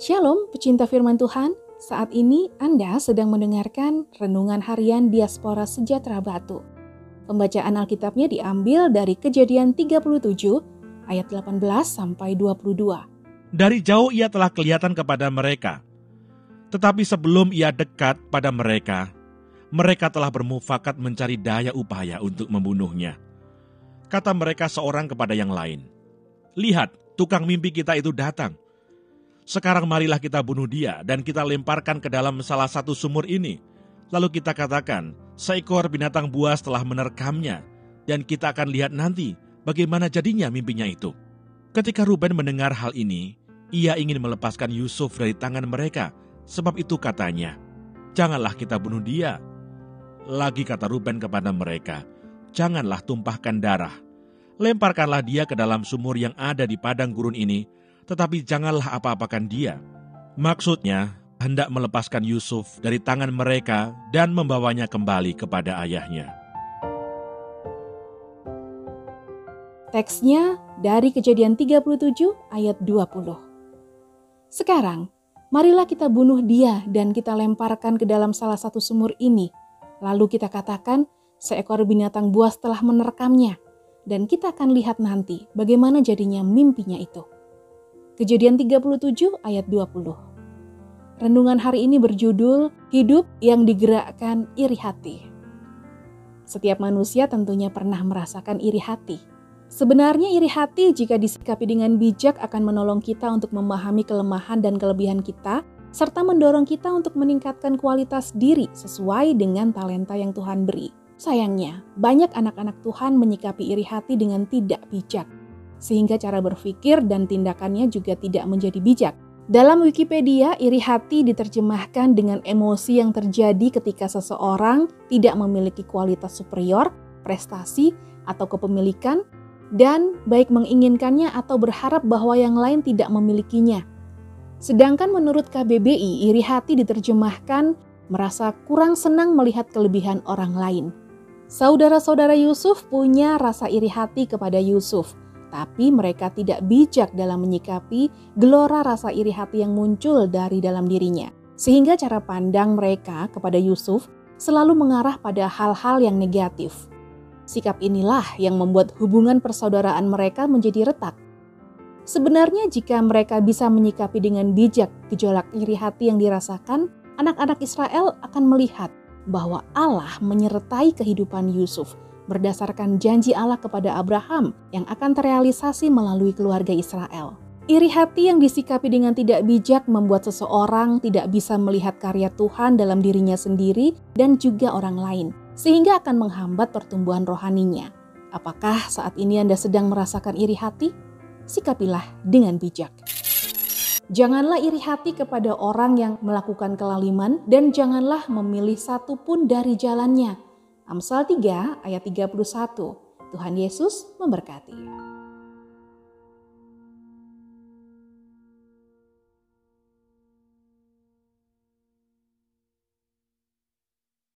Shalom pecinta firman Tuhan, saat ini Anda sedang mendengarkan Renungan Harian Diaspora Sejahtera Batu. Pembacaan Alkitabnya diambil dari Kejadian 37 ayat 18 sampai 22. Dari jauh ia telah kelihatan kepada mereka, tetapi sebelum ia dekat pada mereka, mereka telah bermufakat mencari daya upaya untuk membunuhnya. Kata mereka seorang kepada yang lain, "Lihat, tukang mimpi kita itu datang. Sekarang marilah kita bunuh dia dan kita lemparkan ke dalam salah satu sumur ini. Lalu kita katakan, seekor binatang buas telah menerkamnya, dan kita akan lihat nanti bagaimana jadinya mimpinya itu." Ketika Ruben mendengar hal ini, ia ingin melepaskan Yusuf dari tangan mereka. Sebab itu katanya, "Janganlah kita bunuh dia." Lagi kata Ruben kepada mereka, "Janganlah tumpahkan darah. Lemparkanlah dia ke dalam sumur yang ada di padang gurun ini, tetapi janganlah apa-apakan dia." Maksudnya, hendak melepaskan Yusuf dari tangan mereka dan membawanya kembali kepada ayahnya. Teksnya dari Kejadian 37 ayat 20. Sekarang, marilah kita bunuh dia dan kita lemparkan ke dalam salah satu sumur ini. Lalu kita katakan, seekor binatang buas telah menerkamnya, dan kita akan lihat nanti bagaimana jadinya mimpinya itu. Kejadian 37 ayat 20. Renungan hari ini berjudul Hidup yang Digerakkan Iri Hati. Setiap manusia tentunya pernah merasakan iri hati. Sebenarnya iri hati jika disikapi dengan bijak akan menolong kita untuk memahami kelemahan dan kelebihan kita, serta mendorong kita untuk meningkatkan kualitas diri sesuai dengan talenta yang Tuhan beri. Sayangnya, banyak anak-anak Tuhan menyikapi iri hati dengan tidak bijak, sehingga cara berpikir dan tindakannya juga tidak menjadi bijak. Dalam Wikipedia, iri hati diterjemahkan dengan emosi yang terjadi ketika seseorang tidak memiliki kualitas superior, prestasi, atau kepemilikan, dan baik menginginkannya atau berharap bahwa yang lain tidak memilikinya. Sedangkan menurut KBBI, iri hati diterjemahkan merasa kurang senang melihat kelebihan orang lain. Saudara-saudara Yusuf punya rasa iri hati kepada Yusuf, tapi mereka tidak bijak dalam menyikapi gelora rasa iri hati yang muncul dari dalam dirinya. Sehingga cara pandang mereka kepada Yusuf selalu mengarah pada hal-hal yang negatif. Sikap inilah yang membuat hubungan persaudaraan mereka menjadi retak. Sebenarnya jika mereka bisa menyikapi dengan bijak gejolak iri hati yang dirasakan, anak-anak Israel akan melihat bahwa Allah menyertai kehidupan Yusuf berdasarkan janji Allah kepada Abraham yang akan terrealisasi melalui keluarga Israel. Iri hati yang disikapi dengan tidak bijak membuat seseorang tidak bisa melihat karya Tuhan dalam dirinya sendiri dan juga orang lain, sehingga akan menghambat pertumbuhan rohaninya. Apakah saat ini Anda sedang merasakan iri hati? Sikapilah dengan bijak. Janganlah iri hati kepada orang yang melakukan kelaliman dan janganlah memilih satu pun dari jalannya. Amsal 3 ayat 31. Tuhan Yesus memberkati.